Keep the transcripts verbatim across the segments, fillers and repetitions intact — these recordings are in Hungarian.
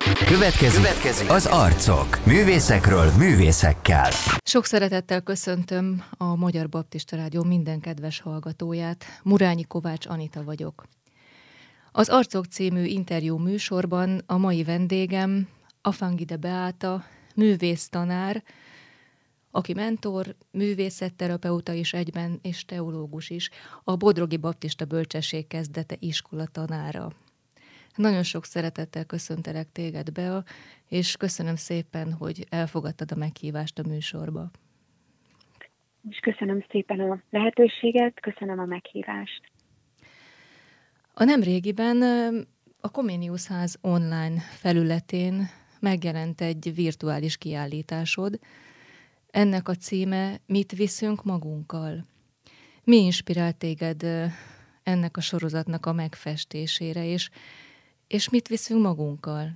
Következik, Következik az Arcok. Művészekről művészekkel. Sok szeretettel köszöntöm a Magyar Baptista Rádió minden kedves hallgatóját. Murányi Kovács Anita vagyok. Az Arcok című interjú műsorban a mai vendégem Afangide Beáta, művésztanár, aki mentor, művészetterapeuta is egyben, és teológus is, a Bodrogi Baptista Bölcsesség Kezdete iskola tanára. Nagyon sok szeretettel köszöntelek téged, Bea, és köszönöm szépen, hogy elfogadtad a meghívást a műsorba. És köszönöm szépen a lehetőséget, köszönöm a meghívást. A nemrégiben a Comenius Ház online felületén megjelent egy virtuális kiállításod. Ennek a címe Mit viszünk magunkkal? Mi inspirált téged ennek a sorozatnak a megfestésére, és, és mit viszünk magunkkal?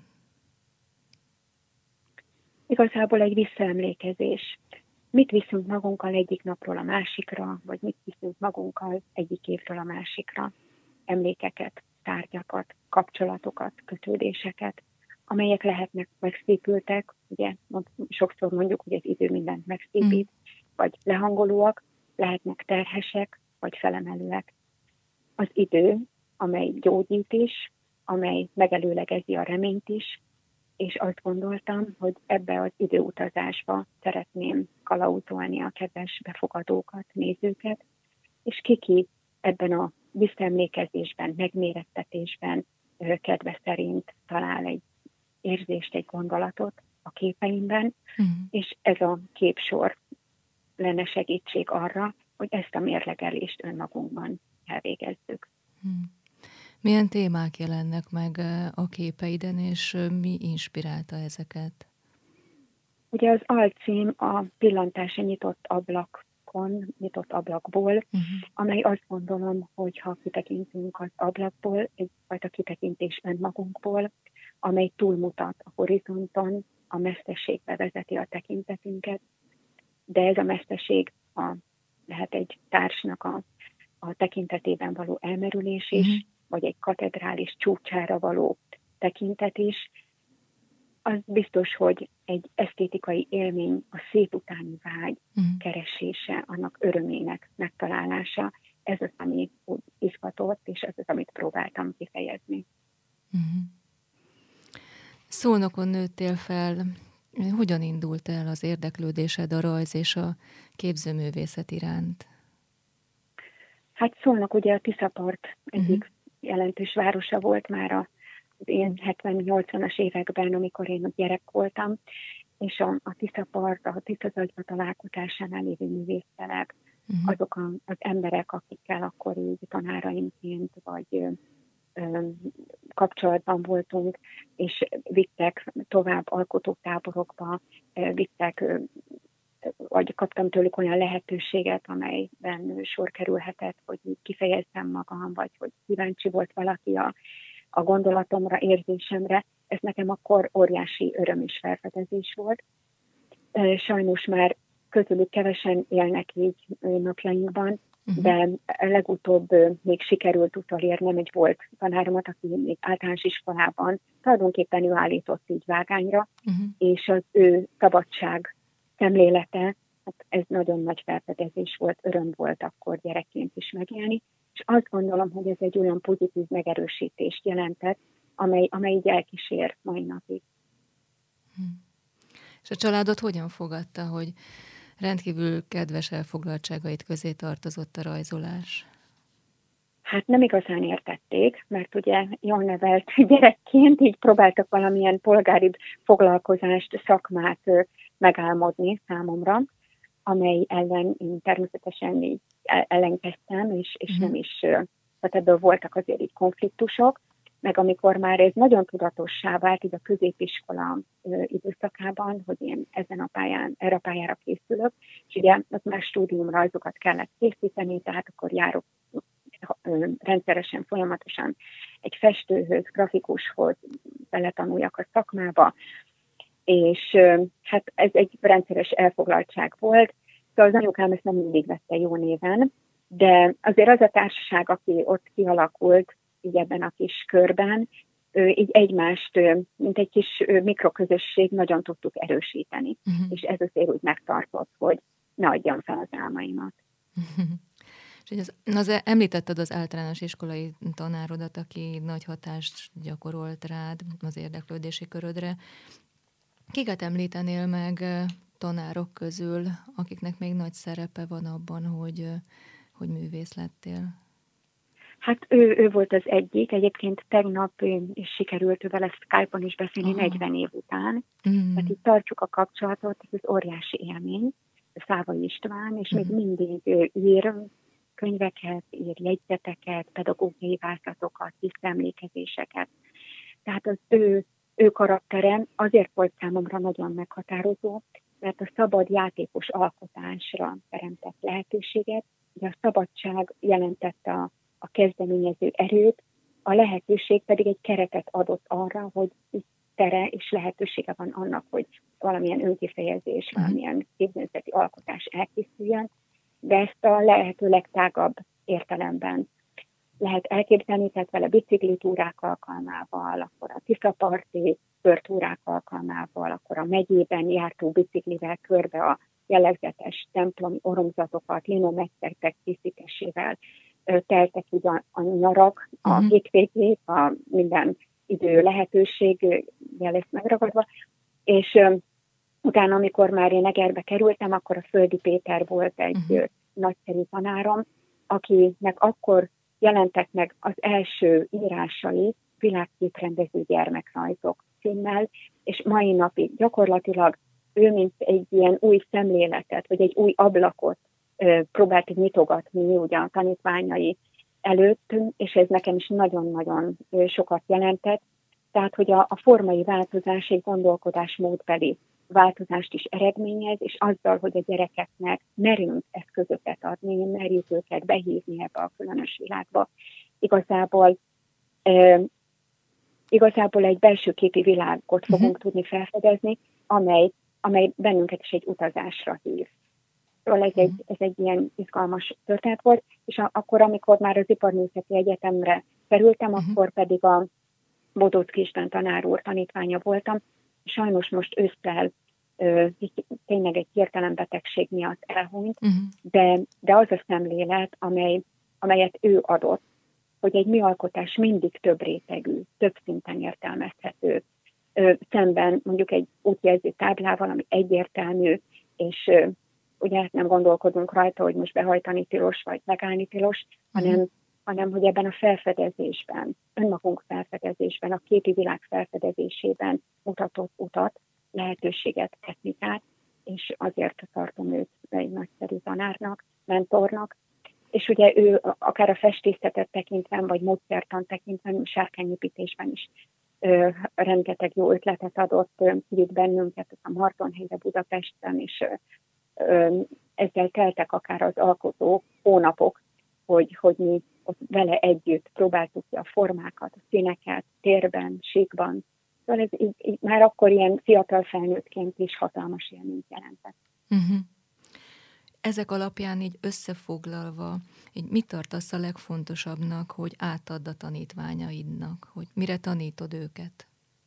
Igazából egy visszaemlékezés. Mit viszünk magunkkal egyik napról a másikra, vagy mit viszünk magunkkal egyik évről a másikra? Emlékeket, tárgyakat, kapcsolatokat, kötődéseket, amelyek lehetnek megszépültek, ugye sokszor mondjuk, hogy az idő mindent megszépít, mm. vagy lehangolóak, lehetnek terhesek, vagy felemelőek. Az idő, amely gyógyít is, amely megelőlegezi a reményt is, és azt gondoltam, hogy ebbe az időutazásba szeretném kalauzolni a kedves befogadókat, nézőket, és kiki ebben a visszaemlékezésben, megmérettetésben kedve szerint talál egy érzést, egy gondolatot a képeimben, mm. és ez a képsor lenne segítség arra, hogy ezt a mérlegelést önmagunkban elvégezzük. Mm. Milyen témák jelennek meg a képeiden, és mi inspirálta ezeket? Ugye az alcím a pillantás a nyitott ablakon, nyitott ablakból, uh-huh. amely azt gondolom, hogy ha kitekintünk az ablakból, egyfajta kitekintés önmagunkból, amely túlmutat a horizonton, a mesterségbe vezeti a tekintetünket, de ez a mesterség a, lehet egy társnak a, a tekintetében való elmerülés is, uh-huh. vagy egy katedrális csúcsára való tekintet is. Az biztos, hogy egy esztétikai élmény, a szép utáni vágy uh-huh. keresése, annak örömének megtalálása, ez az, ami úgy izgatott, és ez az, amit próbáltam kifejezni. Uh-huh. Szolnokon nőttél fel. Hogyan indult el az érdeklődésed a rajz és a képzőművészet iránt? Hát Szolnok ugye a Tiszapart egyik uh-huh. jelentős városa volt már az én hetven-nyolcvanas években, amikor én gyerek voltam, és a, a Tiszapart, a Tiszazagyva találkozásánál lévő művésztelek, uh-huh. azok a, az emberek, akikkel akkor így tanáraimként, vagy ö, ö, kapcsolatban voltunk, és vittek tovább alkotótáborokba, ö, vittek, ö, vagy kaptam tőlük olyan lehetőséget, amelyben sor kerülhetett, hogy kifejezzem magam, vagy hogy kíváncsi volt valaki a, a gondolatomra, érzésemre. Ez nekem akkor óriási öröm és felfedezés volt. Sajnos már közülük kevesen élnek így napjainkban, uh-huh. de legutóbb még sikerült utolérnem egy volt tanáromat, aki még általános iskolában tulajdonképpen ő állított így vágányra, uh-huh. és az ő szabadság szemlélete, hát ez nagyon nagy felfedezés volt, öröm volt akkor gyerekként is megélni, és azt gondolom, hogy ez egy olyan pozitív megerősítést jelentett, amely, amely így elkísér mai napig. Hm. És a családod hogyan fogadta, hogy rendkívül kedves elfoglaltságait közé tartozott a rajzolás? Hát nem igazán értették, mert ugye jól nevelt gyerekként így próbáltak valamilyen polgári foglalkozást, szakmát megálmodni számomra, amely ellen én természetesen így ellenkeztem, és, és uh-huh. nem is, tehát ebből voltak azért így konfliktusok, meg amikor már ez nagyon tudatossá vált így a középiskola időszakában, hogy én ezen a pályán, erre a pályára készülök, és ugye ott már stúdiumrajzokat kellett készíteni, tehát akkor járok rendszeresen, folyamatosan egy festőhöz, grafikushoz beletanuljak a szakmába, és hát ez egy rendszeres elfoglaltság volt, szóval az anyukám ezt nem mindig vette jó néven, de azért az a társaság, aki ott kialakult így ebben a kis körben, így egymást, mint egy kis mikroközösség nagyon tudtuk erősíteni. Uh-huh. És ez azért úgy megtartott, hogy ne adjam fel az álmaimat. Uh-huh. És az, az, említetted az általános iskolai tanárodat, aki nagy hatást gyakorolt rád az érdeklődési körödre. Kiket említenél meg tanárok közül, akiknek még nagy szerepe van abban, hogy, hogy művész lettél? Hát ő, ő volt az egyik. Egyébként tegnap is sikerült vele Skype-on is beszélni, Aha. negyven év után. Mm. Tehát itt tartjuk a kapcsolatot, ez az óriási élmény. Szávai István, és mm. még mindig ír könyveket, ír jegyzeteket, pedagógiai vázlatokat, visszaemlékezéseket. Tehát az ő, ő karaktere azért volt számomra nagyon meghatározó, mert a szabad játékos alkotásra teremtett lehetőséget, de a szabadság jelentette a, a kezdeményező erőt, a lehetőség pedig egy keretet adott arra, hogy tere és lehetősége van annak, hogy valamilyen önkifejezés, valamilyen képzőzeti alkotás elkészüljön, de ezt a lehető legtágabb értelemben lehet elképzelni, tehát vele biciklitúrák alkalmával, akkor a Tiszaparti körtúrák alkalmával, akkor a megyében jártó biciklivel körbe a jellegzetes templomi oromzatokat, linometszektek készítésével teltek így a, a nyarak, a uh-huh. hétvégék, a minden idő lehetőséggel ezt megragadva, és um, utána, amikor már én Egerbe kerültem, akkor a Földi Péter volt egy uh-huh. nagyszerű tanárom, akinek akkor jelentek meg az első írásai világképrendező gyermekrajzok címmel, és mai napig gyakorlatilag ő, mint egy ilyen új szemléletet, vagy egy új ablakot ö, próbált nyitogatni ugye a tanítványai előtt, és ez nekem is nagyon-nagyon sokat jelentett. Tehát, hogy a, a formai változás egy gondolkodásmódbeli változást is eredményez, és azzal, hogy a gyerekeknek merünk eszközöket adni, merjük őket behívni ebbe a különös világba. Igazából, e, igazából egy belső képi világot fogunk uh-huh. tudni felfedezni, amely, amely bennünket is egy utazásra hív. Szóval ez, uh-huh. egy, ez egy ilyen izgalmas történet volt, és a, akkor, amikor már az Iparművészeti Egyetemre kerültem, uh-huh. akkor pedig a Bodóczky István tanár úr tanítványa voltam. Sajnos most ősszel ö, tényleg egy hirtelen betegség miatt elhunyt, uh-huh. de, de az a szemlélet, amely, amelyet ő adott, hogy egy műalkotás mindig több rétegű, több szinten értelmezhető, ö, szemben mondjuk egy útjelző táblával, ami egyértelmű, és ö, ugye nem gondolkodunk rajta, hogy most behajtani tilos, vagy megállni tilos, uh-huh. hanem hanem hogy ebben a felfedezésben, önmagunk felfedezésben, a képi világ felfedezésében mutatott utat, lehetőséget, technikát, és azért tartom őt egy nagyszerű tanárnak, mentornak. És ugye ő akár a festészetet tekintve, vagy módszertan tekintve, sárkányépítésben is ö, rengeteg jó ötletet adott, ö, vitt bennünket a Martonhelyre Budapesten, és ö, ö, ezzel teltek akár az alkotó hónapok, hogy, hogy mi ott vele együtt próbáltuk ki a formákat, a színeket, térben, síkban. Szóval ez így, így, már akkor ilyen fiatal felnőttként is hatalmas élményt jelentett. Uh-huh. Ezek alapján így összefoglalva, így mit tartasz a legfontosabbnak, hogy átadd a tanítványaidnak? Hogy mire tanítod őket?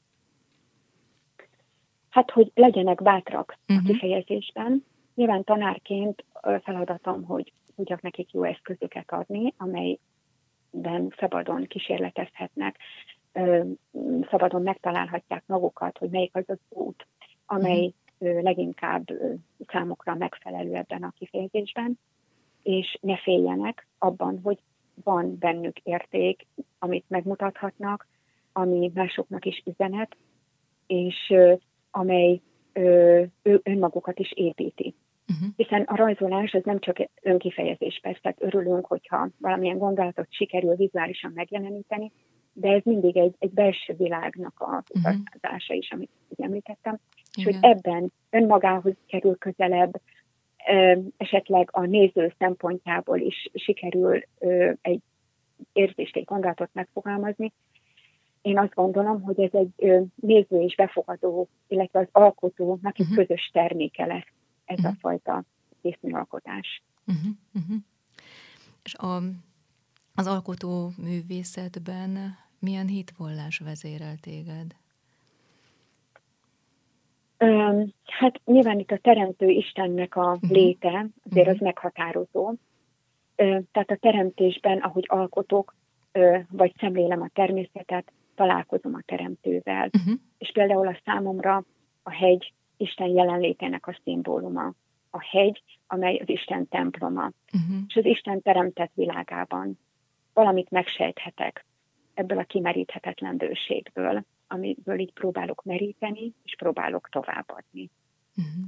Hát, hogy legyenek bátrak uh-huh. a kifejezésben. Nyilván tanárként feladatom, hogy tudjak nekik jó eszközöket adni, amelyben szabadon kísérletezhetnek, szabadon megtalálhatják magukat, hogy melyik az az út, amely leginkább számukra megfelelő ebben a kifejezésben, és ne féljenek abban, hogy van bennük érték, amit megmutathatnak, ami másoknak is üzenet, és amely ő önmagukat is építi. Uh-huh. Hiszen a rajzolás az nem csak önkifejezés, persze örülünk, hogyha valamilyen gondolatot sikerül vizuálisan megjeleníteni, de ez mindig egy, egy belső világnak a utazása uh-huh. is, amit így említettem, és igen. hogy ebben önmagához kerül közelebb, esetleg a néző szempontjából is sikerül egy érzést, egy gondolatot megfogalmazni. Én azt gondolom, hogy ez egy néző és befogadó, illetve az alkotónak egy uh-huh. közös terméke lesz ez uh-huh. a fajta készműalkotás. Uh-huh. Uh-huh. És a, az alkotó művészetben Milyen hitvallás vezérel téged? Um, hát nyilván itt a Teremtő Istennek a uh-huh. léte, azért uh-huh. az meghatározó. Uh, tehát a teremtésben, ahogy alkotok, uh, vagy szemlélem a természetet, találkozom a Teremtővel. Uh-huh. És például a számomra a hegy Isten jelenlétének a szimbóluma. A hegy, amely az Isten temploma. Uh-huh. És az Isten teremtett világában valamit megsejthetek ebből a kimeríthetetlen bőségből, amiből így próbálok meríteni, és próbálok továbbadni. Uh-huh.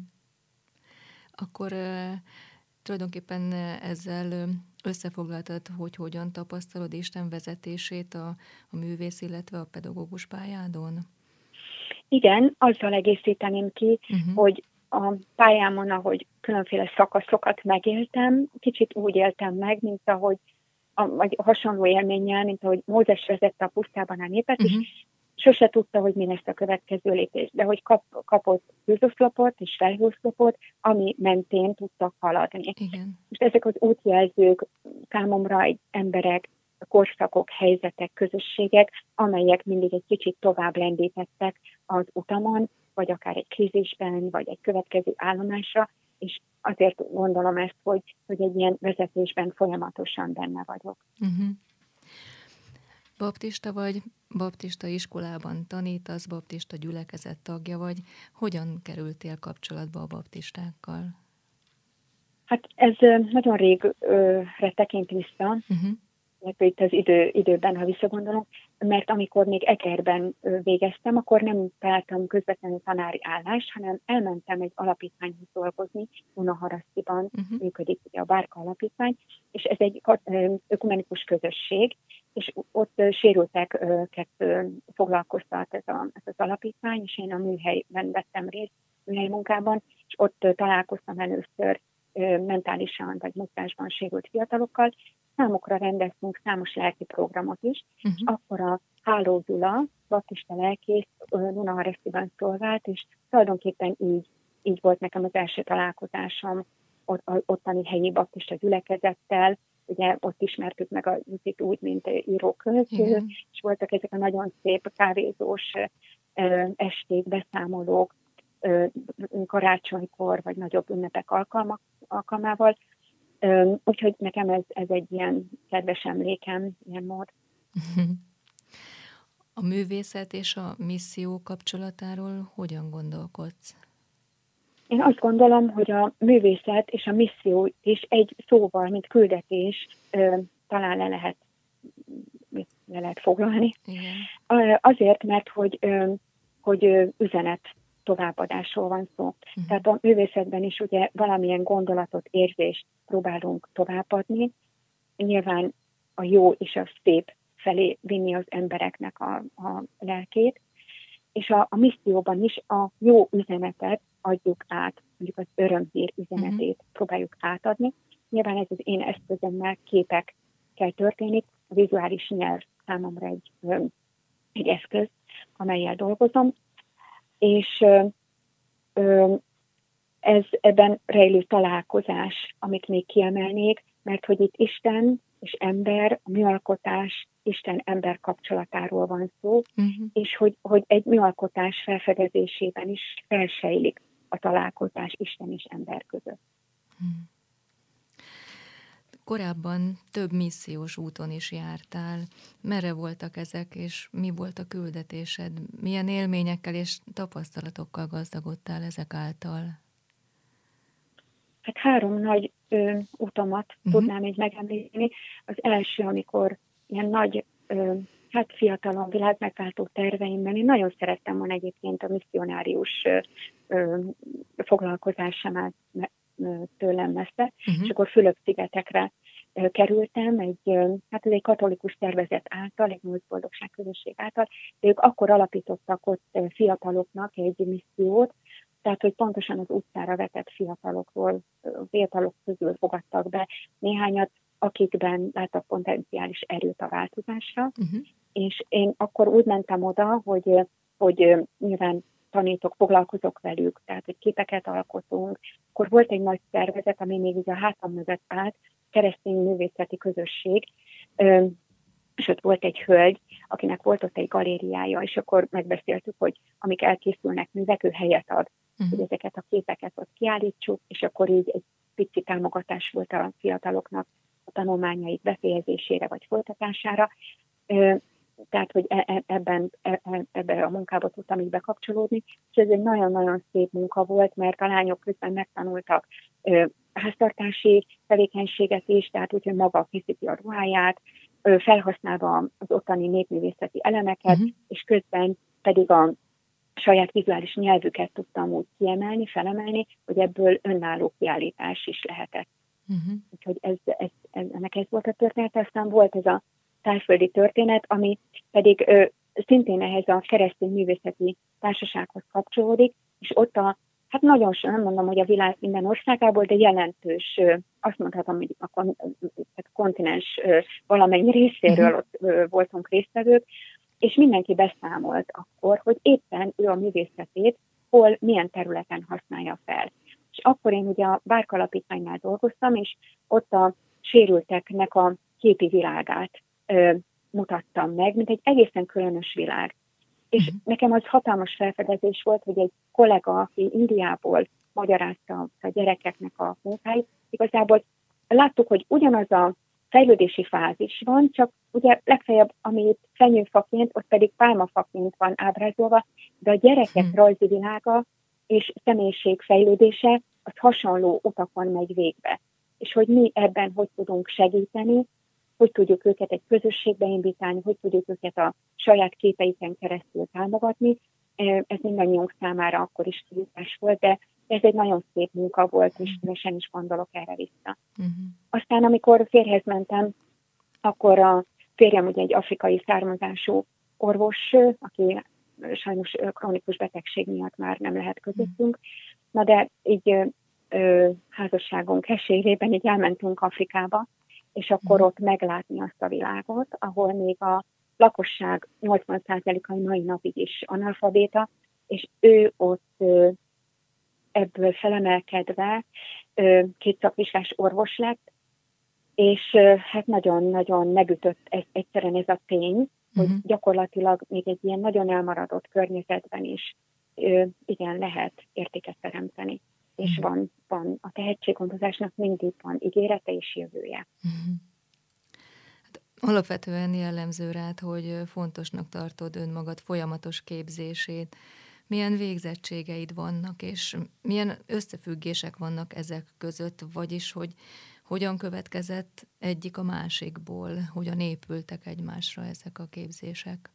Akkor uh, tulajdonképpen ezzel összefoglaltad, hogy hogyan tapasztalod Isten vezetését a, a művész, illetve a pedagógus pályádon? Igen, azzal egészíteném ki, uh-huh. hogy a pályámon, ahogy különféle szakaszokat megéltem, kicsit úgy éltem meg, mint ahogy a, vagy hasonló élménnyel, mint ahogy Mózes vezette a pusztában a népet, uh-huh. és sose tudta, hogy mi lesz a következő lépés, de hogy kap, kapott tűzoszlopot és felhőoszlopot, ami mentén tudtak haladni. Igen. És ezek az útjelzők számomra egy emberek, korszakok, helyzetek, közösségek, amelyek mindig egy kicsit tovább lendítettek az utamon, vagy akár egy krízisben, vagy egy következő állomásra, és azért gondolom ezt, hogy, hogy egy ilyen vezetésben folyamatosan benne vagyok. Uh-huh. Baptista vagy, baptista iskolában tanítasz, baptista gyülekezet tagja vagy. Hogyan kerültél kapcsolatba a baptistákkal? Hát ez nagyon régre tekint vissza, uh-huh. itt az idő, időben, ha visszagondolom, mert amikor még Egerben végeztem, akkor nem találtam közvetlenül tanári állást, hanem elmentem egy alapítványhoz dolgozni, Dunaharasztiban uh-huh. működik ugye a Bárka Alapítvány, és ez egy ökumenikus közösség, és ott sérülteket foglalkoztat ez, a, ez az alapítvány, és én a műhelyben vettem részt, műhely munkában, és ott találkoztam először mentálisan vagy mozgásban sérült fiatalokkal. Számukra rendeztünk számos lelki programot is, uh-huh. és akkor a Háló Gyula, baptista lelkész, Dunaharasztiban szolgált, és tulajdonképpen így, így volt nekem az első találkozásom ott, ottani helyi baptista gyülekezettel. Ugye ott ismertük meg a Jutit úgy, mint íróköltő, és voltak ezek a nagyon szép kávézós esték, beszámolók, karácsonykor, vagy nagyobb ünnepek alkalma, alkalmával. Úgyhogy nekem ez, ez egy ilyen kedves emlékem, ilyen mód. A művészet és a misszió kapcsolatáról hogyan gondolkodsz? Én azt gondolom, hogy a művészet és a misszió is egy szóval, mint küldetés talán le lehet, le lehet foglalni. Igen. Azért, mert hogy, hogy üzenet továbbadásról van szó. Uh-huh. Tehát a művészetben is ugye valamilyen gondolatot, érzést próbálunk továbbadni. Nyilván a jó és a szép felé vinni az embereknek a, a lelkét, és a, a misszióban is a jó üzenetet adjuk át, mondjuk az örömhír üzenetét uh-huh. próbáljuk átadni. Nyilván ez az én eszközömmel képekkel történik, a vizuális nyelv számomra egy, egy eszköz, amellyel dolgozom, és ez ebben rejlő találkozás, amit még kiemelnék, mert hogy itt Isten és ember, a műalkotás Isten-ember kapcsolatáról van szó, uh-huh. és hogy, hogy egy műalkotás felfedezésében is felsejlik a találkozás Isten és ember között. Hmm. Korábban több missziós úton is jártál. Merre voltak ezek, és mi volt a küldetésed? Milyen élményekkel és tapasztalatokkal gazdagodtál ezek által? Hát három nagy ö, utamat uh-huh. tudnám így megemlíteni. Az első, amikor ilyen nagy, ö, hát fiatalon világmegváltó terveimben, én nagyon szerettem volna egyébként a misszionárius ö, ö, foglalkozás sem állt tőlem messze, uh-huh. és akkor Fülöp-szigetekre ö, kerültem, egy, ö, hát ez egy katolikus szervezet által, egy Nyolc Boldogság közösség által, de ők akkor alapítottak ott ö, fiataloknak egy missziót, tehát, hogy pontosan az utcára vetett fiatalokról, fiatalok közül fogadtak be néhányat, akikben láttak potenciális erőt a változásra, uh-huh. és én akkor úgy mentem oda, hogy, hogy nyilván tanítok, foglalkozok velük, tehát, hogy képeket alkotunk. Akkor volt egy nagy szervezet, ami még így a hátam mögött állt, keresztény művészeti közösség, és ott volt egy hölgy, akinek volt ott egy galériája, és akkor megbeszéltük, hogy amik elkészülnek művek, ő helyet ad, uh-huh. hogy ezeket a képeket ott kiállítsuk, és akkor így egy pici támogatás volt a fiataloknak a tanulmányaik befejezésére vagy folytatására. Tehát, hogy ebben, ebben a munkába tudtam így bekapcsolódni, és ez egy nagyon-nagyon szép munka volt, mert a lányok közben megtanultak háztartási tevékenységet is, tehát úgy, hogy maga készíti a ruháját, felhasználva az ottani népművészeti elemeket, uh-huh. és közben pedig a saját vizuális nyelvüket tudtam úgy kiemelni, felemelni, hogy ebből önálló kiállítás is lehetett. Uh-huh. Úgyhogy ez, ez, ez, ennek ez volt a történet, aztán volt ez a tájföldi történet, ami pedig ö, szintén ehhez a keresztény művészeti társasághoz kapcsolódik, és ott a, hát nagyon sem, nem mondom, hogy a világ minden országából, de jelentős, ö, azt mondhatom, hogy a, kon, a kontinens ö, valamennyi részéről uh-huh. ott ö, voltunk résztvevők, és mindenki beszámolt akkor, hogy éppen ő a művészetét hol, milyen területen használja fel. És akkor én ugye a Bárk Alapítványnál dolgoztam, és ott a sérülteknek a képi világát ö, mutattam meg, mint egy egészen különös világ. És uh-huh. nekem az hatalmas felfedezés volt, hogy egy kollega, aki Indiából magyarázta a gyerekeknek a munkáit, igazából láttuk, hogy ugyanaz a fejlődési fázis van, csak ugye legfeljebb, amit fenyőfaként, ott pedig pálmafaként van ábrázolva, de a gyerekek hmm. rajzi világa és személyiség fejlődése az hasonló utakon megy végbe. És hogy mi ebben hogy tudunk segíteni, hogy tudjuk őket egy közösségbe indítani, hogy tudjuk őket a saját képeiken keresztül támogatni. Ez mindannyiunk számára akkor is kihívás volt, de ez egy nagyon szép munka volt, és szívesen is gondolok erre vissza. Uh-huh. Aztán, amikor férjhez mentem, akkor a férjem ugye egy afrikai származású orvos, aki sajnos krónikus betegség miatt már nem lehet közöttünk. Na de így ö, házasságunk esélyében így elmentünk Afrikába, és akkor ott meglátni azt a világot, ahol még a lakosság nyolcvan százaléka mai napig is analfabéta, és ő ott ö, ebből felemelkedve ö, két szakvizsgás orvos lett, és ö, hát nagyon-nagyon megütött ez, egyszerűen ez a tény, uh-huh. hogy gyakorlatilag még egy ilyen nagyon elmaradott környezetben is ö, igen, lehet értéket teremteni. És uh-huh. van, van a tehetséggondozásnak mindig van ígérete és jövője. Uh-huh. Hát alapvetően jellemző rád, hogy fontosnak tartod önmagad folyamatos képzését. Milyen végzettségeid vannak, és milyen összefüggések vannak ezek között, vagyis, hogy hogyan következett egyik a másikból, hogyan épültek egymásra ezek a képzések?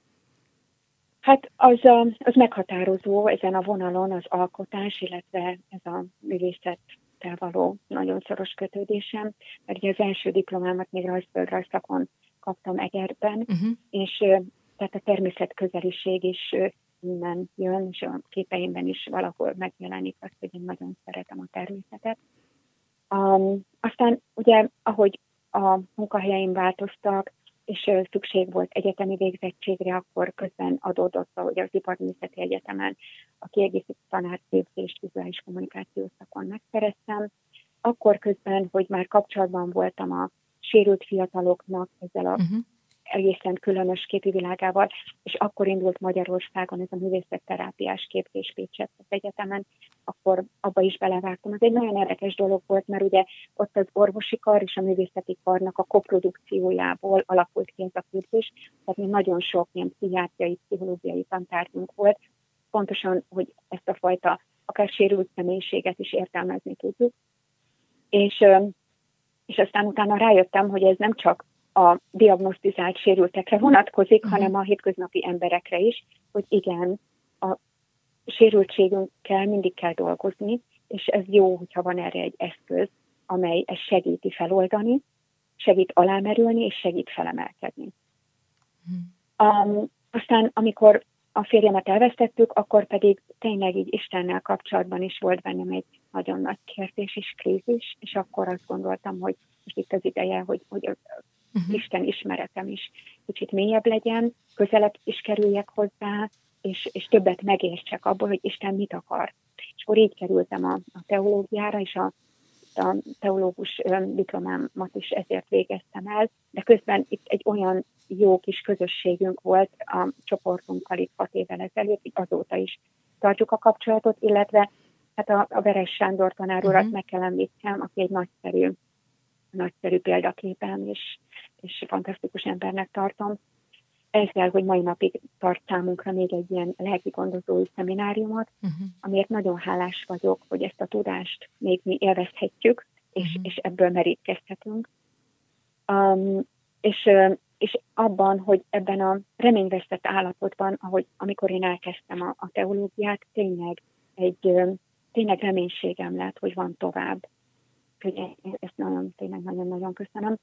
Hát az, a, az meghatározó ezen a vonalon az alkotás, illetve ez a művészettel való nagyon szoros kötődésem, mert ugye az első diplomámat még rajzföldrajz szakon kaptam Egerben, uh-huh. és tehát a természetközeliség is innen jön, és a képeimben is valahol megjelenik azt, hogy én nagyon szeretem a természetet. Um, aztán ugye, ahogy a munkahelyeim változtak, és uh, szükség volt egyetemi végzettségre, akkor közben adódott, hogy az Iparművészeti Egyetemen a kiegészítő tanárképzést vizuális kommunikációs szakon megszereztem. Akkor közben, hogy már kapcsolatban voltam a sérült fiataloknak ezzel a uh-huh. egészen különös képi világával, és akkor indult Magyarországon ez a művészetterápiás képzés Pécsett az egyetemen, akkor abba is belevágtam. Ez egy nagyon érdekes dolog volt, mert ugye ott az orvosi kar és a művészeti karnak a koprodukciójából alakult ki ez a képzés, tehát még nagyon sok ilyen pszichiátriai, pszichológiai tantárgyunk volt, pontosan, hogy ezt a fajta akár sérült személyiséget is értelmezni tudjuk. És, és aztán utána rájöttem, hogy ez nem csak a diagnosztizált sérültekre vonatkozik, uh-huh. hanem a hétköznapi emberekre is, hogy igen, a sérültségünkkel mindig kell dolgozni, és ez jó, hogyha van erre egy eszköz, amely ezt segíti feloldani, segít alámerülni, és segít felemelkedni. Uh-huh. Um, aztán, amikor a férjemet elvesztettük, akkor pedig tényleg így Istennel kapcsolatban is volt bennem egy nagyon nagy kérdés és krízis, és akkor azt gondoltam, hogy most itt az ideje, hogy, hogy uh-huh. Isten ismeretem is kicsit mélyebb legyen, közelebb is kerüljek hozzá, és, és többet megértsek abból, hogy Isten mit akar. És akkor így kerültem a, a teológiára, és a a teológus diplomámat is ezért végeztem el, de közben itt egy olyan jó kis közösségünk volt a csoportunkkal itt hat évvel ezelőtt, azóta is tartjuk a kapcsolatot, illetve hát a, a Veres Sándor tanár urat uh-huh. meg kell említsem, aki egy nagyszerű, nagyszerű példaképem, és, és fantasztikus embernek tartom. Ezzel, hogy mai napig tart számunkra még egy ilyen lelki gondozói szemináriumot, uh-huh. amiért nagyon hálás vagyok, hogy ezt a tudást még mi élvezhetjük, és, uh-huh. és ebből merítkezhetünk. Um, és, és abban, hogy ebben a reményvesztett állapotban, ahogy amikor én elkezdtem a, a teológiát, tényleg egy tényleg reménységem lett, hogy van tovább. Ezt nagyon, tényleg nagyon-nagyon köszönöm.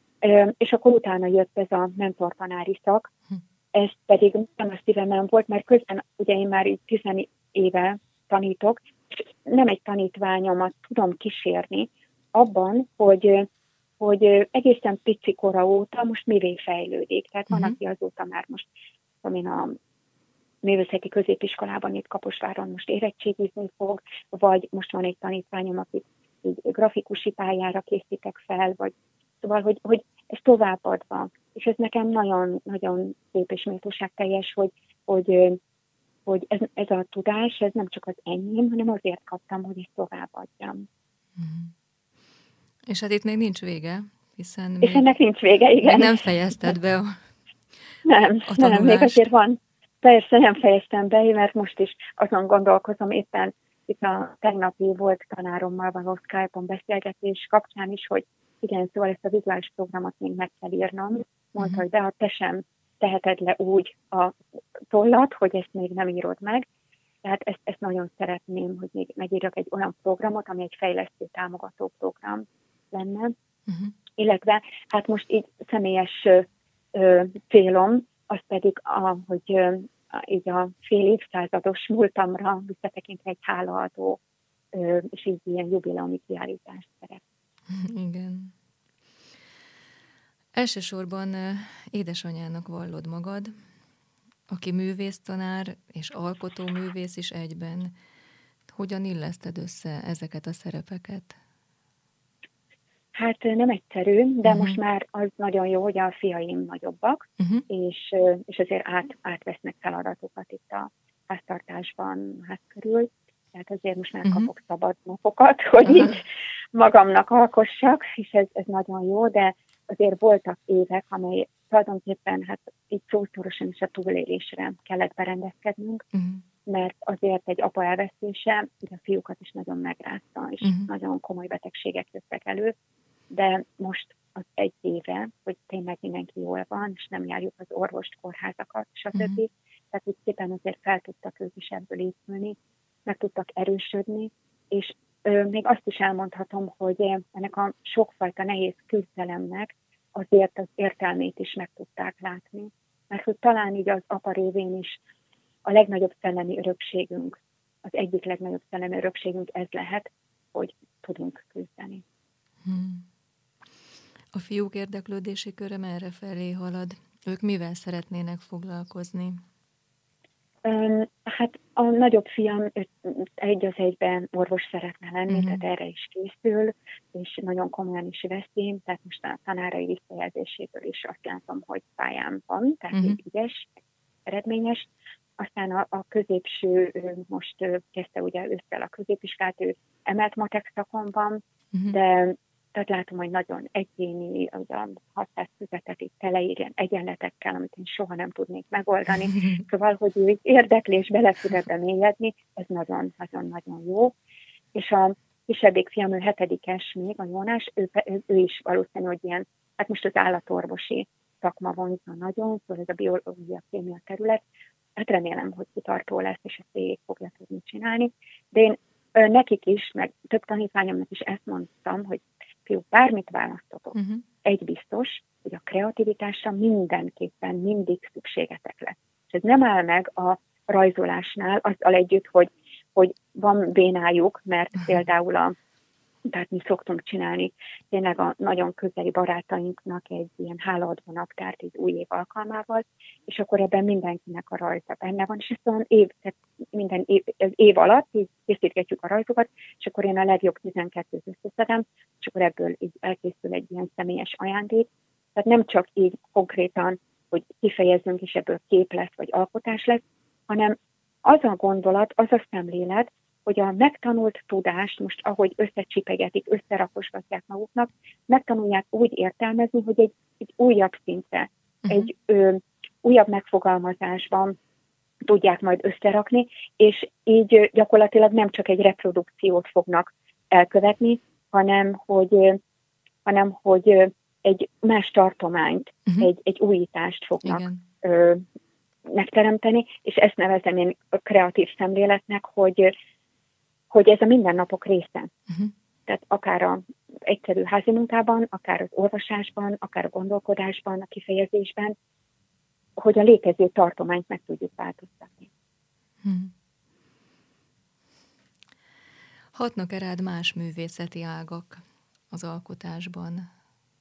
És akkor utána jött ez a mentortanári szak, ez pedig nem a szívemben volt, mert közben ugye én már így tizen éve tanítok, és nem egy tanítványomat tudom kísérni abban, hogy, hogy egészen pici kora óta most mivé fejlődik. Tehát van, uh-huh. aki azóta már most, amin a művészeti középiskolában itt Kaposváron most érettségizni fog, vagy most van egy tanítványom, akit így grafikusi pályára készítek fel, vagy szóval, hogy, hogy ez továbbadva. És ez nekem nagyon-nagyon szép és méltóságteljes, hogy, hogy, hogy ez, ez a tudás, ez nem csak az enyém, hanem azért kaptam, hogy ezt továbbadjam. Mm. És hát itt még nincs vége, hiszen és ennek nincs vége, igen. nem fejezted be a, nem, a nem, még azért van. Persze nem fejeztem be, mert most is azon gondolkozom, éppen itt a tegnapi volt tanárommal való Skype-on beszélgetés kapcsán is, hogy igen, szóval ezt a vizuális programot még meg kell írnom. Mondta, uh-huh. hogy de ha te sem teheted le úgy a tollat, hogy ezt még nem írod meg. Tehát ezt, ezt nagyon szeretném, hogy még megírjak egy olyan programot, ami egy fejlesztő támogató program lenne. Uh-huh. Illetve hát most így személyes ö, célom, az pedig, a, hogy ö, így a fél évszázados múltamra visszatekintve egy hálaadó, ö, és így ilyen jubileumi kiállítást szeretném. Igen. Elsősorban édesanyának vallod magad, aki művésztanár és alkotóművész is egyben. Hogyan illeszted össze ezeket a szerepeket? Hát nem egyszerű, de uh-huh. most már az nagyon jó, hogy a fiaim nagyobbak, uh-huh. és, és azért át, átvesznek feladatokat itt a háztartásban, ház körül. Tehát azért most már uh-huh. kapok szabad napokat, hogy uh-huh. így magamnak alkossak, és ez, ez nagyon jó, de azért voltak évek, amely tulajdonképpen hát így szószorosan is a túlélésre kellett berendezkednünk, uh-huh. mert azért egy apa elvesztése, ugye a fiúkat is nagyon megrázta, és uh-huh. nagyon komoly betegségek jöttek elő, de most az egy éve, hogy tényleg mindenki jól van, és nem járjuk az orvost, kórházakat, stb. Uh-huh. Tehát úgy szépen azért fel tudtak ők is ebből épülni, meg tudtak erősödni, és ö, még azt is elmondhatom, hogy ennek a sokfajta nehéz küzdelemnek azért az értelmét is meg tudták látni. Mert hogy talán így az apa révén is a legnagyobb szellemi örökségünk, az egyik legnagyobb szellemi örökségünk ez lehet, hogy tudunk küzdeni. Hmm. A fiúk érdeklődési köre merre felé halad? Ők mivel szeretnének foglalkozni? Um, hát a nagyobb fiam egy az egyben orvos szeretne lenni, uh-huh. tehát erre is készül, és nagyon komolyan is veszi, tehát most a tanárai visszajelzéséből is azt látom, hogy pályán van, tehát uh-huh. ügyes, eredményes. Aztán a, a középső, most kezdte ugye ősszel a középiskolát, ő emelt matek szakon van, uh-huh. de tehát látom, hogy nagyon egyéni, a hatszáz füzetet itt teleírjen egyenletekkel, amit én soha nem tudnék megoldani. Szóval, hogy ő érdeklés bele tud ebbe mélyedni, ez nagyon-nagyon-nagyon jó. És a kisebbik fiam, ő hetedikes még, a Jónás, ő, ő, ő is valószínű, hogy ilyen, hát most az állatorvosi szakma vonzna nagyon, szóval ez a biológia, kémia terület. Hát remélem, hogy kitartó lesz, és ezt végig fogja tudni csinálni. De én nekik is, meg több tanítványomnak is ezt mondtam, hogy fiúk, bármit választotok. Uh-huh. Egy biztos, hogy a kreativitásra mindenképpen mindig szükségetek lesz. És ez nem áll meg a rajzolásnál, azzal együtt, hogy, hogy van bénájuk, mert uh-huh. például a Tehát mi szoktunk csinálni tényleg a nagyon közeli barátainknak egy ilyen hálaadó naptárt egy új év alkalmával, és akkor ebben mindenkinek a rajza benne van, és ezt év, tehát minden év, az év alatt így készítgetjük a rajzokat, és akkor én a legjobb tizenkettőt összeszedem, és akkor ebből így elkészül egy ilyen személyes ajándék. Tehát nem csak így konkrétan, hogy kifejezzünk, és ebből kép lesz, vagy alkotás lesz, hanem az a gondolat, az a szemlélet, hogy a megtanult tudást most, ahogy összecsipegetik, összerakosgatják maguknak, megtanulják úgy értelmezni, hogy egy, egy újabb szintre, uh-huh. egy ö, újabb megfogalmazásban tudják majd összerakni, és így gyakorlatilag nem csak egy reprodukciót fognak elkövetni, hanem hogy, hanem, hogy egy más tartományt, uh-huh. egy, egy újítást fognak ö, megteremteni, és ezt nevezem én a kreatív szemléletnek, hogy hogy ez a mindennapok része. Uh-huh. Tehát akár az egyszerű házi munkában, akár az olvasásban, akár a gondolkodásban, a kifejezésben, hogy a létező tartományt meg tudjuk változtatni. Uh-huh. Hatnak-e rád más művészeti ágak az alkotásban?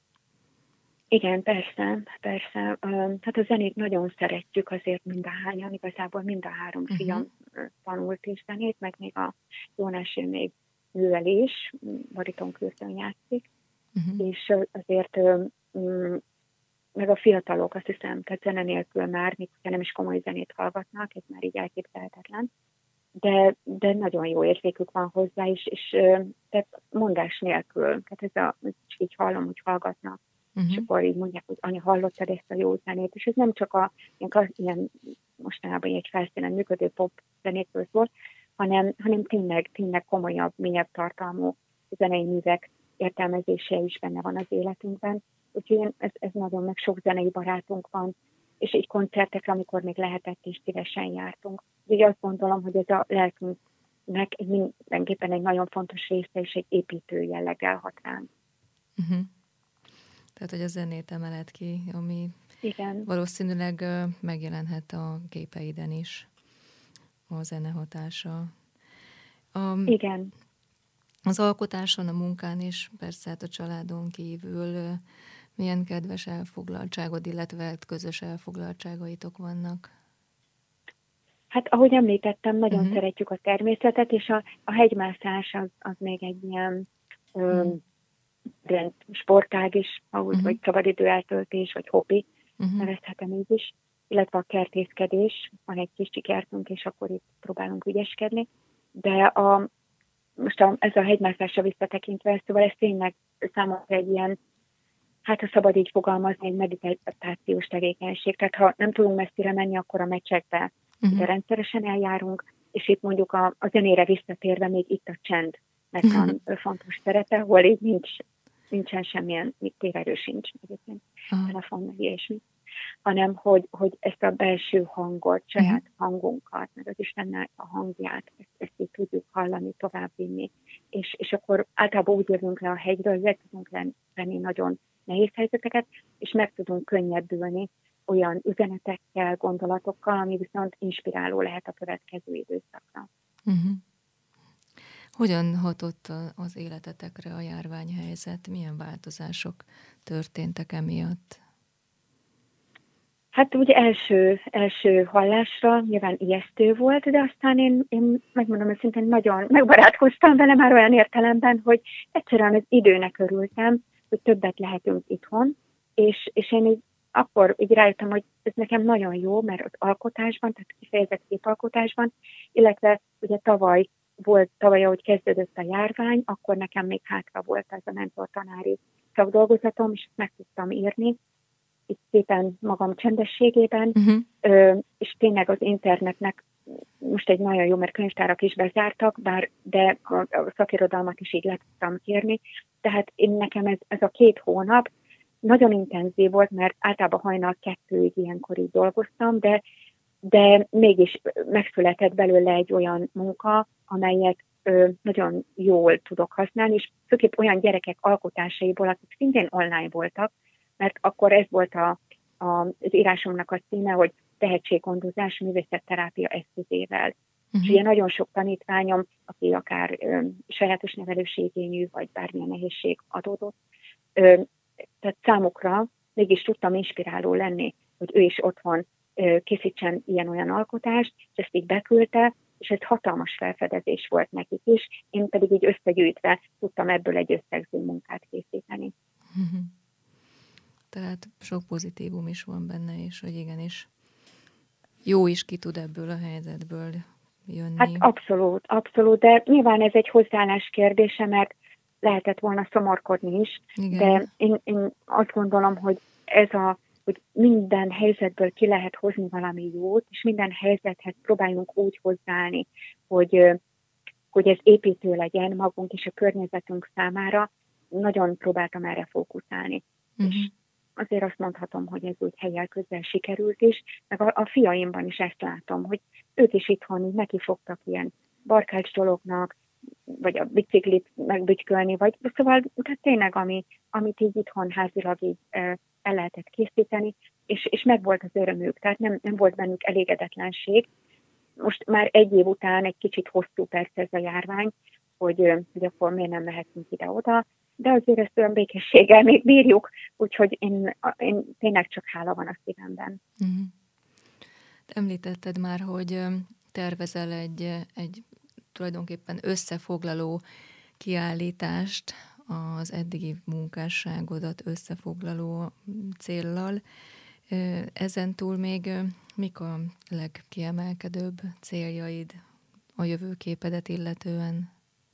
Igen, persze, persze. Hát a zenét nagyon szeretjük azért mindahányan, igazából mind a három uh-huh. fiam tanult is zenét, meg még a Jónás még művelés, baritonkürtön játszik, uh-huh. és azért meg a fiatalok, azt hiszem, tehát zene nélkül már, még nem is komoly zenét hallgatnak, ez már így elképzelhetetlen, de, de nagyon jó érzékük van hozzá, és, és tehát mondás nélkül, tehát ez a, így hallom, hogy hallgatnak, uh-huh. és akkor így mondják, hogy anya, hallottad ezt a jó zenét, és ez nem csak a ilyen, ilyen mostanában egy felszínen működő pop zenétől szól, hanem, hanem tényleg, tényleg komolyabb, mélyebb tartalmú zenei művek értelmezése is benne van az életünkben. Úgyhogy ez, ez nagyon meg sok zenei barátunk van, és így koncertekre, amikor még lehetett, és szívesen jártunk. Úgyhogy azt gondolom, hogy ez a lelkünknek mindenképpen egy nagyon fontos része, és egy építő jelleggel hat ránk. Uh-huh. Tehát, hogy a zenét emeled ki, ami igen. valószínűleg megjelenhet a képeiden is, a zene hatása. A, igen. Az alkotáson, a munkán is, persze hát a családon kívül milyen kedves elfoglaltságod, illetve közös elfoglaltságaitok vannak? Hát ahogy említettem, nagyon uh-huh. szeretjük a természetet, és a, a hegymászás az, az még egy ilyen uh-huh. ö, sportág is, ahogy, uh-huh. vagy szabadidő eltöltés, vagy hobbi, uh-huh. nevezhetem így is, illetve a kertészkedés, van egy kis kertünk, és akkor itt próbálunk ügyeskedni, de a, most a, ez a hegymászásra visszatekintve, szóval ez tényleg számomra egy ilyen, hát ha szabad így fogalmazni, egy meditációs tevékenység. Tehát ha nem tudunk messzire menni, akkor a meccsekbe uh-huh. de rendszeresen eljárunk, és itt mondjuk a, a zenére visszatérve még itt a csend, mert uh-huh. a fontos szerepe, hol így nincs, nincsen semmilyen, még téverő sincs egyébként, uh-huh. telefon meg ilyesmi, hanem hogy, hogy ezt a belső hangot, saját uh-huh. hangunkat, meg az Istennek a hangját, ezt, ezt így tudjuk hallani, továbbvinni. És, és akkor általában úgy jövünk le a hegyről, le tudunk lenni nagyon nehéz helyzeteket, és meg tudunk könnyebbülni olyan üzenetekkel, gondolatokkal, ami viszont inspiráló lehet a következő időszakra. Uh-huh. Hogyan hatott az életetekre a járványhelyzet? Milyen változások történtek emiatt? Hát ugye első, első hallásra nyilván ijesztő volt, de aztán én, én megmondom őszintén, nagyon megbarátkoztam vele már olyan értelemben, hogy egyszerűen az időnek örültem, hogy többet lehetünk itthon, és, és én így akkor így rájöttem, hogy ez nekem nagyon jó, mert az alkotásban, tehát kifejezett képalkotásban, illetve ugye tavaly volt, tavaly, ahogy kezdődött a járvány, akkor nekem még hátra volt ez a mentor-tanári szakdolgozatom, és ezt meg tudtam írni, itt szépen magam csendességében, uh-huh. és tényleg az internetnek most egy nagyon jó, mert könyvtárak is bezártak, bár, de a, a szakirodalmat is így le tudtam kérni. Tehát én nekem ez, ez a két hónap nagyon intenzív volt, mert általában hajnal kettőig ilyenkor így dolgoztam, de, de mégis megszületett belőle egy olyan munka, amelyet ö, nagyon jól tudok használni, és főképp olyan gyerekek alkotásaiból, akik szintén online voltak, mert akkor ez volt a, a, az írásomnak a címe, hogy tehetséggondozás művészetterápia eszközével. Uh-huh. És ugye nagyon sok tanítványom, aki akár ö, sajátos nevelőségényű, vagy bármilyen nehézség adódott, ö, tehát számukra mégis tudtam inspiráló lenni, hogy ő is otthon ö, készítsen ilyen-olyan alkotást, és ezt így beküldte, és ez hatalmas felfedezés volt nekik is, én pedig így összegyűjtve tudtam ebből egy összegző munkát készíteni. Uh-huh. Tehát sok pozitívum is van benne, és hogy igenis jó is ki tud ebből a helyzetből jönni. Hát abszolút, abszolút, de nyilván ez egy hozzáállás kérdése, mert lehetett volna szomorkodni is, igen. De én, én azt gondolom, hogy ez a, hogy minden helyzetből ki lehet hozni valami jót, és minden helyzethez próbáljunk úgy hozzáállni, hogy, hogy ez építő legyen magunk és a környezetünk számára. Nagyon próbáltam erre fókuszálni. Uh-huh. És azért azt mondhatom, hogy ez úgy helyjel közel sikerült is, meg a, a fiaimban is ezt látom, hogy ők is itthon neki fogtak ilyen barkács dolognak, vagy a biciklit megbügykölni, vagy szóval tehát tényleg, ami, amit így itthon házilag így e, el lehetett készíteni, és, és meg volt az örömük, tehát nem, nem volt bennük elégedetlenség. Most már egy év után egy kicsit hosszú persze ez a járvány, hogy, hogy akkor miért nem mehetünk ide-oda, de azért ezt olyan békességgel még bírjuk, úgyhogy én, én tényleg csak hála van a szívemben. Uh-huh. Említetted már, hogy tervezel egy, egy tulajdonképpen összefoglaló kiállítást az eddigi munkásságodat összefoglaló céllal. Ezen túl még mik a legkiemelkedőbb céljaid a jövőképedet illetően?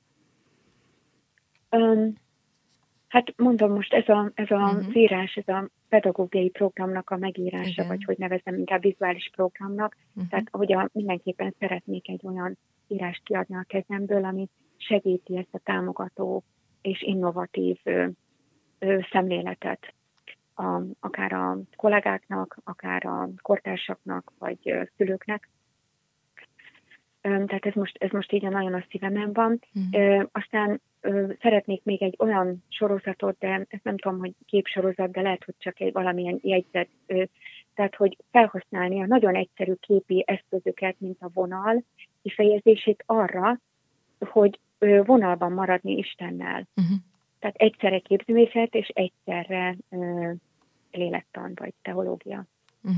Um, hát mondom, most ez a, ez a uh-huh. az írás, ez a pedagógiai programnak a megírása, igen. Vagy hogy nevezem inkább vizuális programnak, uh-huh. Tehát hogy a, mindenképpen szeretnék egy olyan írást kiadni a kezemből, ami segíti ezt a támogató és innovatív ö, ö, szemléletet. A, akár a kollégáknak, akár a kortársaknak, vagy ö, szülőknek. Ö, tehát ez most, ez most így nagyon a szívemen van. Uh-huh. Ö, aztán ö, szeretnék még egy olyan sorozatot, de ezt nem tudom, hogy képsorozat, de lehet, hogy csak egy valamilyen jegyzet. Ö, tehát, hogy felhasználni a nagyon egyszerű képi eszközöket, mint a vonal kifejezését arra, hogy ö, vonalban maradni Istennel. Uh-huh. Tehát egyszerre képzőművészet, és egyszerre ö, lélektan, vagy teológia. Uh-huh.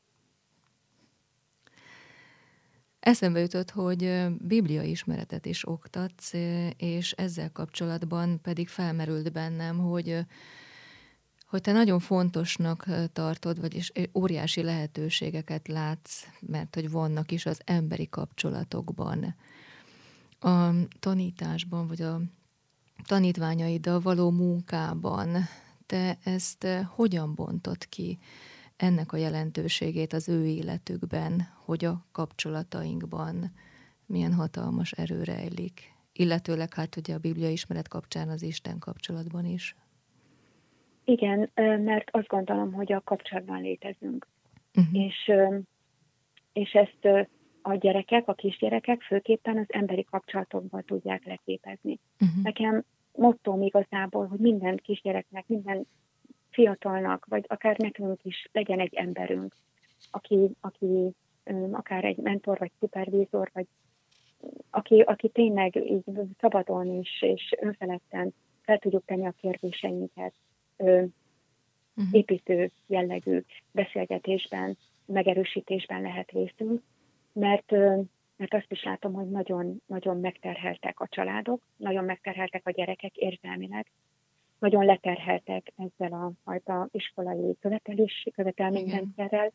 Eszembe jutott, hogy biblia ismeretet is oktatsz, és ezzel kapcsolatban pedig felmerült bennem, hogy, hogy te nagyon fontosnak tartod, vagyis óriási lehetőségeket látsz, mert hogy vannak is az emberi kapcsolatokban, a tanításban, vagy a tanítványaiddal való munkában. Te ezt hogyan bontod ki, ennek a jelentőségét az ő életükben, hogy a kapcsolatainkban milyen hatalmas erő rejlik, illetőleg hát ugye a Biblia ismeret kapcsán az Isten kapcsolatban is. Igen, mert azt gondolom, hogy a kapcsolatban létezünk. Uh-huh. És, és ezt a gyerekek, a kisgyerekek főképpen az emberi kapcsolatokban tudják leképezni. Uh-huh. Nekem mottóm igazából, hogy minden kisgyereknek, minden fiatalnak, vagy akár nekünk is legyen egy emberünk, aki, aki akár egy mentor, vagy szupervízor, vagy aki, aki tényleg így szabadon is, és önfeledten fel tudjuk tenni a kérdéseinket, uh-huh. építő jellegű beszélgetésben, megerősítésben lehet részünk, mert, mert azt is látom, hogy nagyon, nagyon megterheltek a családok, nagyon megterheltek a gyerekek érzelmileg, nagyon leterheltek ezzel a fajta iskolai követelés, követelményrendszerrel,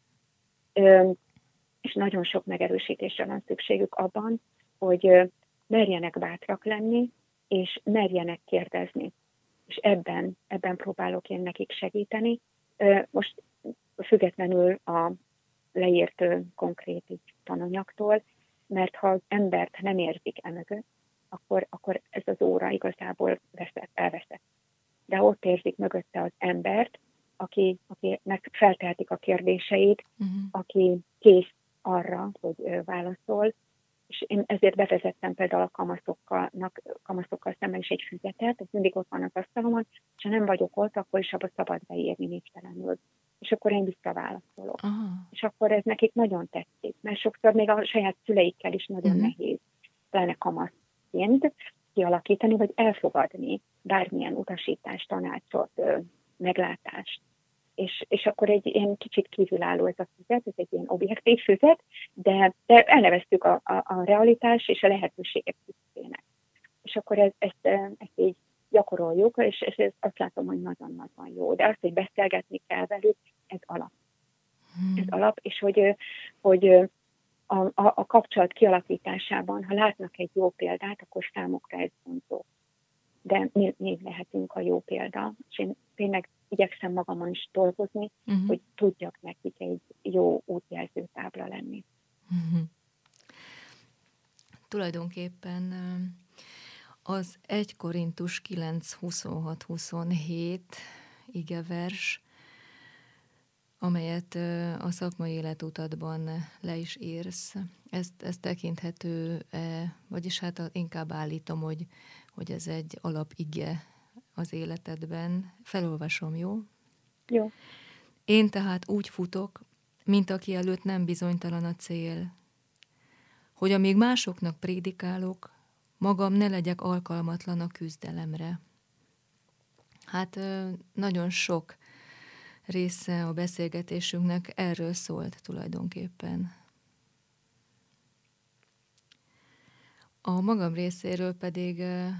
és nagyon sok megerősítésre van szükségük abban, hogy merjenek bátrak lenni, és merjenek kérdezni. És ebben, ebben próbálok én nekik segíteni. Most függetlenül a leírt konkrét tananyagtól, mert ha az embert nem érzik emögött, akkor, akkor ez az óra igazából veszett, elveszett. De ott érzik mögötte az embert, aki, akinek feltehetik a kérdéseit, uh-huh. aki kész arra, hogy válaszol, és én ezért bevezettem például a kamaszokkal, kamaszokkal szemben is egy füzetet, ez mindig ott van az asztalomon, és ha nem vagyok ott, akkor is abba szabad beírni névtelenül. és akkor én visszaválaszolok. Aha. És akkor ez nekik nagyon tetszik, mert sokszor még a saját szüleikkel is nagyon Uh-huh. nehéz, pláne kamaszként kialakítani, vagy elfogadni bármilyen utasítást, tanácsot, ö, meglátást. És, és akkor egy ilyen kicsit kívülálló ez a füzet, ez egy ilyen objektív füzet, de, de elneveztük a, a, a realitás és a lehetőségek füzének. És akkor ez, ezt, ezt így gyakoroljuk, és, és ez azt látom, hogy nagyon-nagyon jó. De azt, hogy beszélgetni kell velük, ez alap. Hmm. Ez alap, és hogy, hogy a, a, a kapcsolat kialakításában, ha látnak egy jó példát, akkor számukra ez vonzó. De mi, mi lehetünk a jó példa. És én tényleg igyekszem magamon is dolgozni, uh-huh. hogy tudjak nekik egy jó útjelző tábla lenni. Uh-huh. Tulajdonképpen az egy Korintus kilenc huszonhat huszonhét igevers, amelyet a szakmai életutadban le is írsz, ezt, ezt tekinthető, vagyis hát inkább állítom, hogy, hogy ez egy alapige az életedben. Felolvasom, jó? Jó. Én tehát úgy futok, mint aki előtt nem bizonytalan a cél, hogy amíg másoknak prédikálok, magam ne legyek alkalmatlan a küzdelemre. Hát nagyon sok része a beszélgetésünknek erről szólt tulajdonképpen. A magam részéről pedig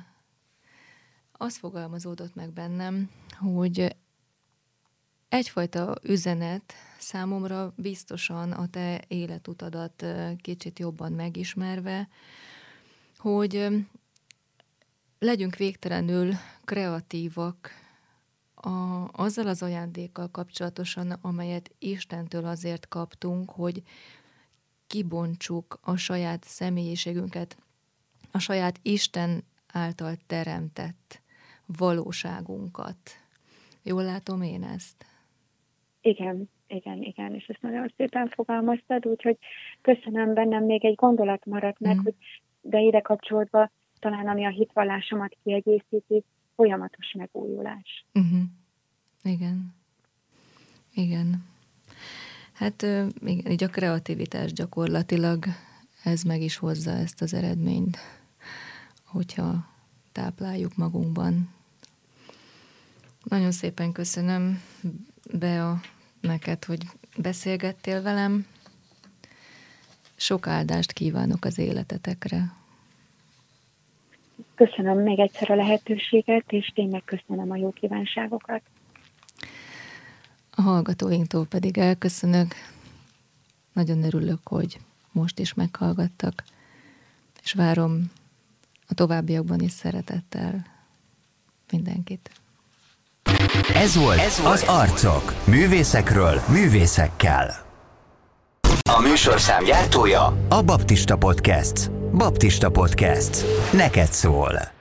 az fogalmazódott meg bennem, hogy egyfajta üzenet számomra biztosan a te életutadat kicsit jobban megismerve, hogy legyünk végtelenül kreatívak a, azzal az ajándékkal kapcsolatosan, amelyet Istentől azért kaptunk, hogy kibontsuk a saját személyiségünket, a saját Isten által teremtett valóságunkat. Jól látom én ezt? Igen, igen, igen, és ezt nagyon szépen fogalmaztad, úgyhogy köszönöm, bennem még egy gondolat maradt meg, mm. hogy de ide kapcsolódva talán ami a hitvallásomat kiegészíti, folyamatos megújulás. Uh-huh. Igen. Igen. Hát igen, így a kreativitás gyakorlatilag ez meg is hozza ezt az eredményt, hogyha tápláljuk magunkban. Nagyon szépen köszönöm, Bea, neked, hogy beszélgettél velem. Sok áldást kívánok az életetekre. Köszönöm még egyszer a lehetőséget, és tényleg köszönöm a jó kívánságokat. A hallgatóinktól pedig elköszönök. Nagyon örülök, hogy most is meghallgattak, és várom a továbbiakban is szeretettel mindenkit. Ez volt, Ez volt az Arcok. Művészekről, művészekkel. A műsorszám gyártója a Baptista Podcast. Baptista Podcast. Neked szól.